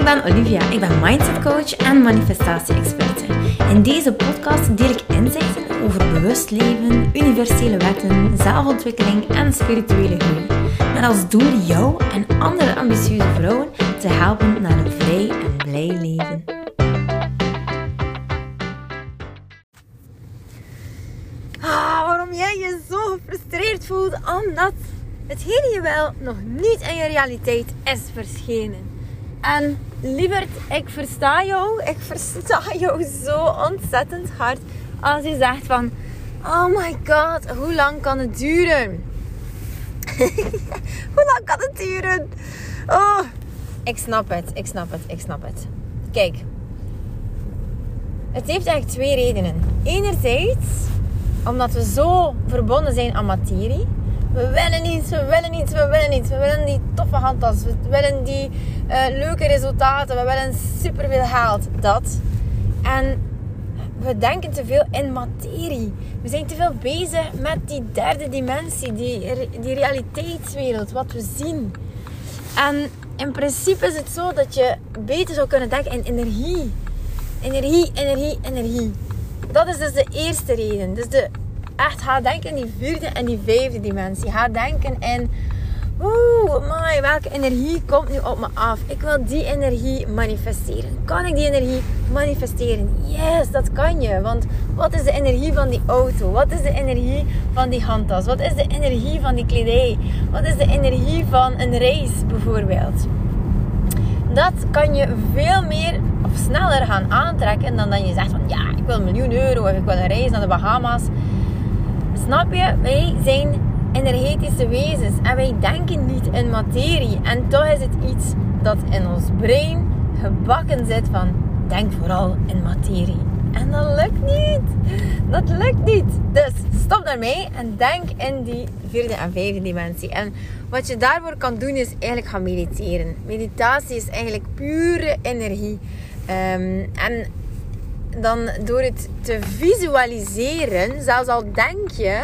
ben Olivia, ik ben mindset coach en manifestatie-experte. In deze podcast deel ik inzichten over bewust leven, universele wetten, zelfontwikkeling en spirituele groei. Met als doel jou en andere ambitieuze vrouwen te helpen naar een vrij en blij leven. Waarom jij je zo gefrustreerd voelt omdat het hele je wel nog niet in je realiteit is verschenen. En lieverd, ik versta jou zo ontzettend hard als je zegt van, oh my god, hoe lang kan het duren? Hoe lang kan het duren? Oh, ik snap het. Kijk, het heeft eigenlijk twee redenen. Enerzijds, omdat we zo verbonden zijn aan materie. We willen die toffe handtas. We willen die leuke resultaten. We willen superveel geld. Dat. En we denken te veel in materie. We zijn te veel bezig met die derde dimensie. Die realiteitswereld. Wat we zien. En in principe is het zo dat je beter zou kunnen denken in energie. Energie. Dat is dus de eerste reden. Dus echt, ga denken in die vierde en die vijfde dimensie. Ga denken in, welke energie komt nu op me af? Ik wil die energie manifesteren. Kan ik die energie manifesteren? Yes, dat kan je. Want wat is de energie van die auto? Wat is de energie van die handtas? Wat is de energie van die kledij? Wat is de energie van een reis bijvoorbeeld? Dat kan je veel meer of sneller gaan aantrekken dan je zegt van, ja, ik wil €1 miljoen of ik wil een reis naar de Bahama's. Snap je? Wij zijn energetische wezens en wij denken niet in materie. En toch is het iets dat in ons brein gebakken zit van, denk vooral in materie. En dat lukt niet. Dus stop daarmee en denk in die vierde en vijfde dimensie. En wat je daarvoor kan doen is eigenlijk gaan mediteren. Meditatie is eigenlijk pure energie. En dan door het te visualiseren, zelfs al denk je,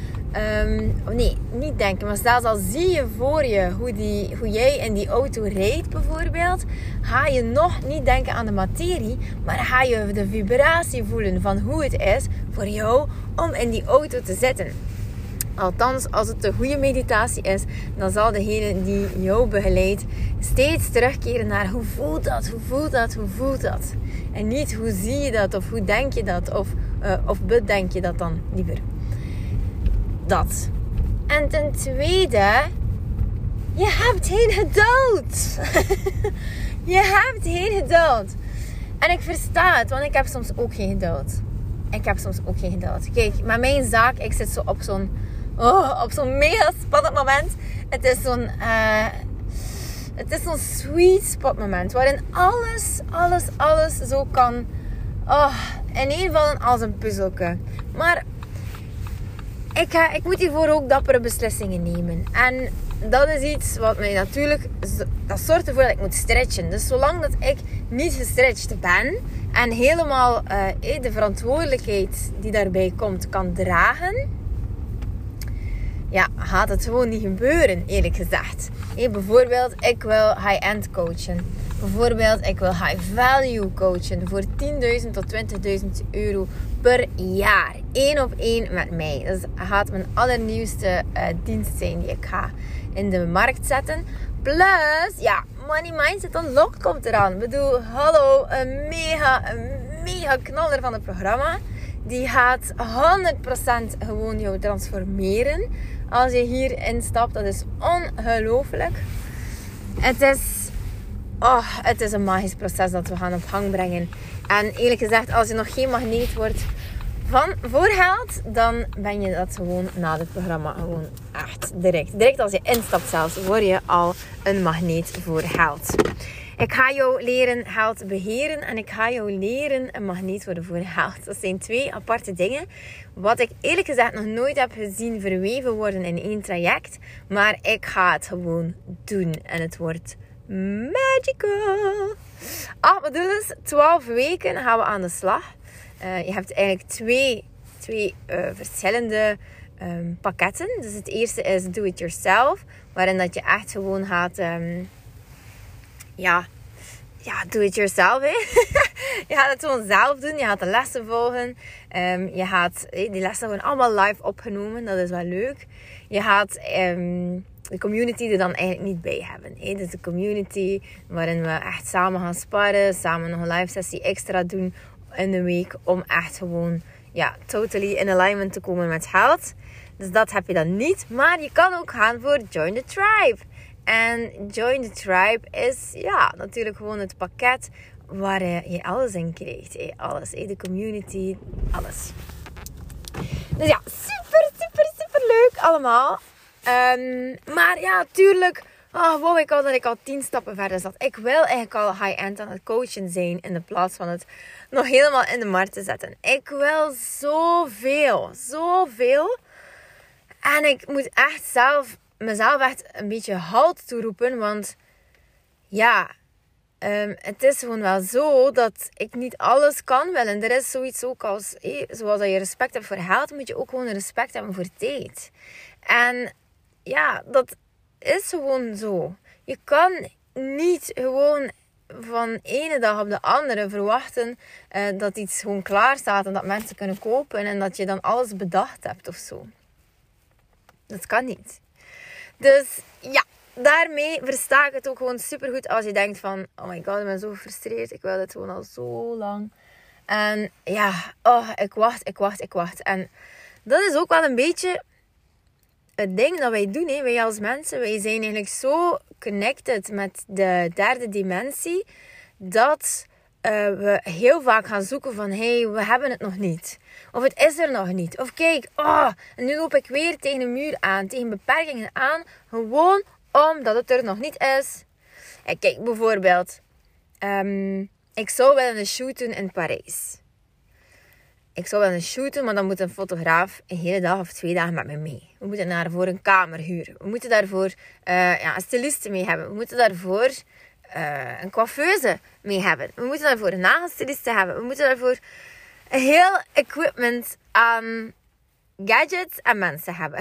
niet denken, maar zelfs al zie je voor je hoe jij in die auto rijdt bijvoorbeeld, ga je nog niet denken aan de materie, maar ga je de vibratie voelen van hoe het is voor jou om in die auto te zitten. Althans, als het een goede meditatie is, dan zal degene die jou begeleidt steeds terugkeren naar hoe voelt dat? En niet hoe zie je dat of hoe denk je dat of bedenk je dat dan liever. Dat. En ten tweede, je hebt geen geduld. En ik versta het, want ik heb soms ook geen geduld. Kijk, met mijn zaak, ik zit zo op zo'n mega spannend moment. Het is zo'n sweet spot moment. Waarin alles zo kan ineenvallen als een puzzelke. Maar ik moet hiervoor ook dappere beslissingen nemen. En dat is iets wat mij natuurlijk, dat zorgt ervoor dat ik moet stretchen. Dus zolang dat ik niet gestretched ben en helemaal de verantwoordelijkheid die daarbij komt kan dragen, ja, gaat het gewoon niet gebeuren, eerlijk gezegd. Bijvoorbeeld, ik wil high-end coachen. Bijvoorbeeld, ik wil high-value coachen voor €10.000 tot €20.000 per jaar. 1-op-1 met mij. Dat gaat mijn allernieuwste dienst zijn die ik ga in de markt zetten. Plus, ja, Money Mindset Unlocked komt eraan. Ik bedoel, hallo, een mega knaller van het programma. Die gaat 100% gewoon jou transformeren als je hierin stapt. Dat is ongelooflijk. Het is een magisch proces dat we gaan op gang brengen. En eerlijk gezegd, als je nog geen magneet wordt voor geld, dan ben je dat gewoon na het programma gewoon echt direct als je instapt zelfs, word je al een magneet voor geld. Ik ga jou leren geld beheren en ik ga jou leren een magneet worden voor geld. Dat zijn twee aparte dingen. Wat ik eerlijk gezegd nog nooit heb gezien verweven worden in één traject. Maar ik ga het gewoon doen en het wordt magical. Dus 12 weken gaan we aan de slag. Je hebt eigenlijk twee verschillende pakketten. Dus het eerste is do it yourself. Waarin dat je echt gewoon gaat ja, do it yourself. Hè? Je gaat het gewoon zelf doen. Je gaat de lessen volgen. Je gaat die lessen gewoon allemaal live opgenomen. Dat is wel leuk. Je gaat de community er dan eigenlijk niet bij hebben. Hè? Dus de community waarin we echt samen gaan sparren. Samen nog een live sessie extra doen in de week. Om echt gewoon totally in alignment te komen met health. Dus dat heb je dan niet. Maar je kan ook gaan voor Join the Tribe. En Join the Tribe is natuurlijk gewoon het pakket waar je alles in krijgt. Alles. De community. Alles. Dus ja, super, super, super leuk allemaal. Maar ja, tuurlijk. Wou ik al dat ik al 10 stappen verder zat. Ik wil eigenlijk al high-end aan het coachen zijn. In de plaats van het nog helemaal in de markt te zetten. Ik wil zoveel. Zoveel. En ik moet echt mezelf echt een beetje halt toeroepen. Want ja, het is gewoon wel zo dat ik niet alles kan wel. En er is zoiets ook als, zoals dat je respect hebt voor geld, moet je ook gewoon respect hebben voor tijd. En ja, dat is gewoon zo. Je kan niet gewoon van ene dag op de andere verwachten dat iets gewoon klaar staat en dat mensen kunnen kopen en dat je dan alles bedacht hebt of zo. Dat kan niet. Dus ja, daarmee versta ik het ook gewoon supergoed als je denkt van, oh my god, ik ben zo gefrustreerd. Ik wil dit gewoon al zo lang. En ja, ik wacht. En dat is ook wel een beetje het ding dat wij doen. Wij als mensen, wij zijn eigenlijk zo connected met de derde dimensie. Dat we heel vaak gaan zoeken van, we hebben het nog niet. Of het is er nog niet. Of kijk, en nu loop ik weer tegen een muur aan. Tegen beperkingen aan. Gewoon omdat het er nog niet is. En kijk, bijvoorbeeld. Ik zou wel een shoot doen in Parijs. Ik zou wel een shoot doen, maar dan moet een fotograaf een hele dag of 2 dagen met me mee. We moeten daarvoor een kamer huren. We moeten daarvoor een styliste mee hebben. We moeten daarvoor een coiffeuse mee hebben. We moeten daarvoor een nagelstiliste hebben. We moeten daarvoor een heel equipment aan gadgets en mensen hebben.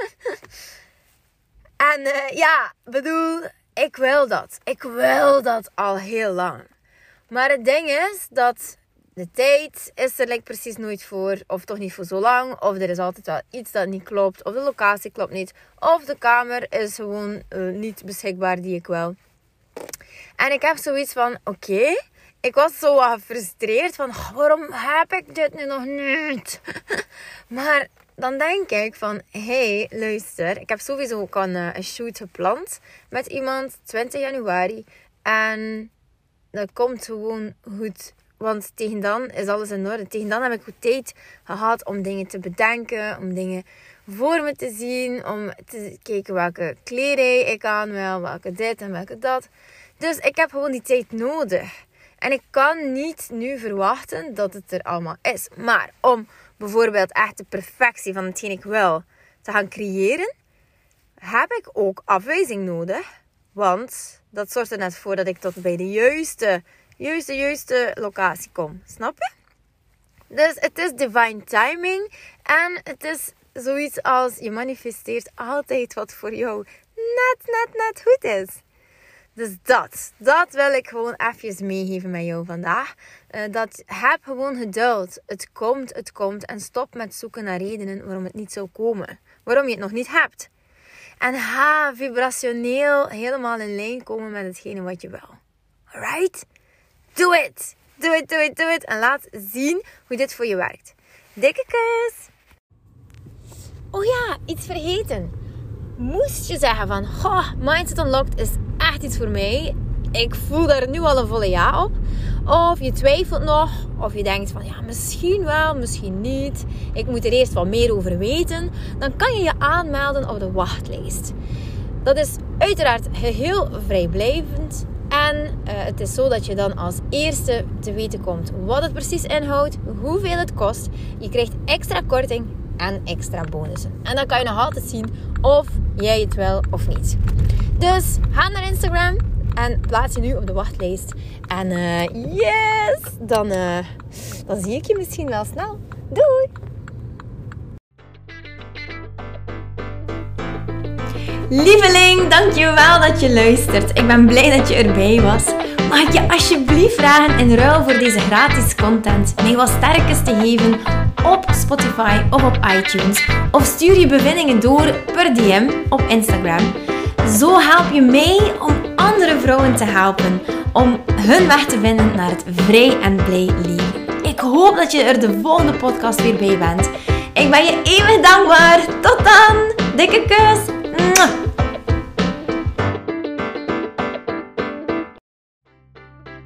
En bedoel, ik wil dat. Ik wil dat al heel lang. Maar het ding is dat de tijd is er precies nooit voor. Of toch niet voor zo lang. Of er is altijd wel iets dat niet klopt. Of de locatie klopt niet. Of de kamer is gewoon niet beschikbaar die ik wil. En ik heb zoiets van, oké. Ik was zo wat gefrustreerd van, waarom heb ik dit nu nog niet? Maar dan denk ik van, luister. Ik heb sowieso ook een shoot gepland met iemand 20 januari. En dat komt gewoon goed. Want tegen dan is alles in orde. Tegen dan heb ik goed tijd gehad om dingen te bedenken. Om dingen voor me te zien. Om te kijken welke kledij ik aan wil. Welke dit en welke dat. Dus ik heb gewoon die tijd nodig. En ik kan niet nu verwachten dat het er allemaal is. Maar om bijvoorbeeld echt de perfectie van hetgeen ik wil te gaan creëren, heb ik ook afwijzing nodig. Want dat zorgt er net voor dat ik tot bij de juiste locatie kom. Snap je? Dus het is divine timing. En het is zoiets als je manifesteert altijd wat voor jou net goed is. Dus dat wil ik gewoon even meegeven met jou vandaag. Dat heb gewoon geduld. Het komt. En stop met zoeken naar redenen waarom het niet zou komen. Waarom je het nog niet hebt. En ga vibrationeel helemaal in lijn komen met hetgene wat je wil. Alright? Do it. Do it. En laat zien hoe dit voor je werkt. Dikke kus. Oh ja, iets vergeten. Moest je zeggen van, Mindset Unlocked is echt iets voor mij. Ik voel daar nu al een volle ja op. Of je twijfelt nog. Of je denkt van, ja, misschien wel, misschien niet. Ik moet er eerst wat meer over weten. Dan kan je je aanmelden op de wachtlijst. Dat is uiteraard geheel vrijblijvend. En het is zo dat je dan als eerste te weten komt wat het precies inhoudt. Hoeveel het kost. Je krijgt extra korting en extra bonussen. En dan kan je nog altijd zien of jij het wil of niet. Dus ga naar Instagram en plaats je nu op de wachtlijst. En yes! Dan zie ik je misschien wel snel. Doei! Lieveling, dankjewel dat je luistert. Ik ben blij dat je erbij was. mag ik je alsjeblieft vragen in ruil voor deze gratis content mij wat sterkes te geven op Spotify of op iTunes. Of stuur je bevindingen door per DM op Instagram. Zo help je mij om andere vrouwen te helpen om hun weg te vinden naar het vrij en blij leven. Ik hoop dat je er de volgende podcast weer bij bent. Ik ben je eeuwig dankbaar. Tot dan. Dikke kus.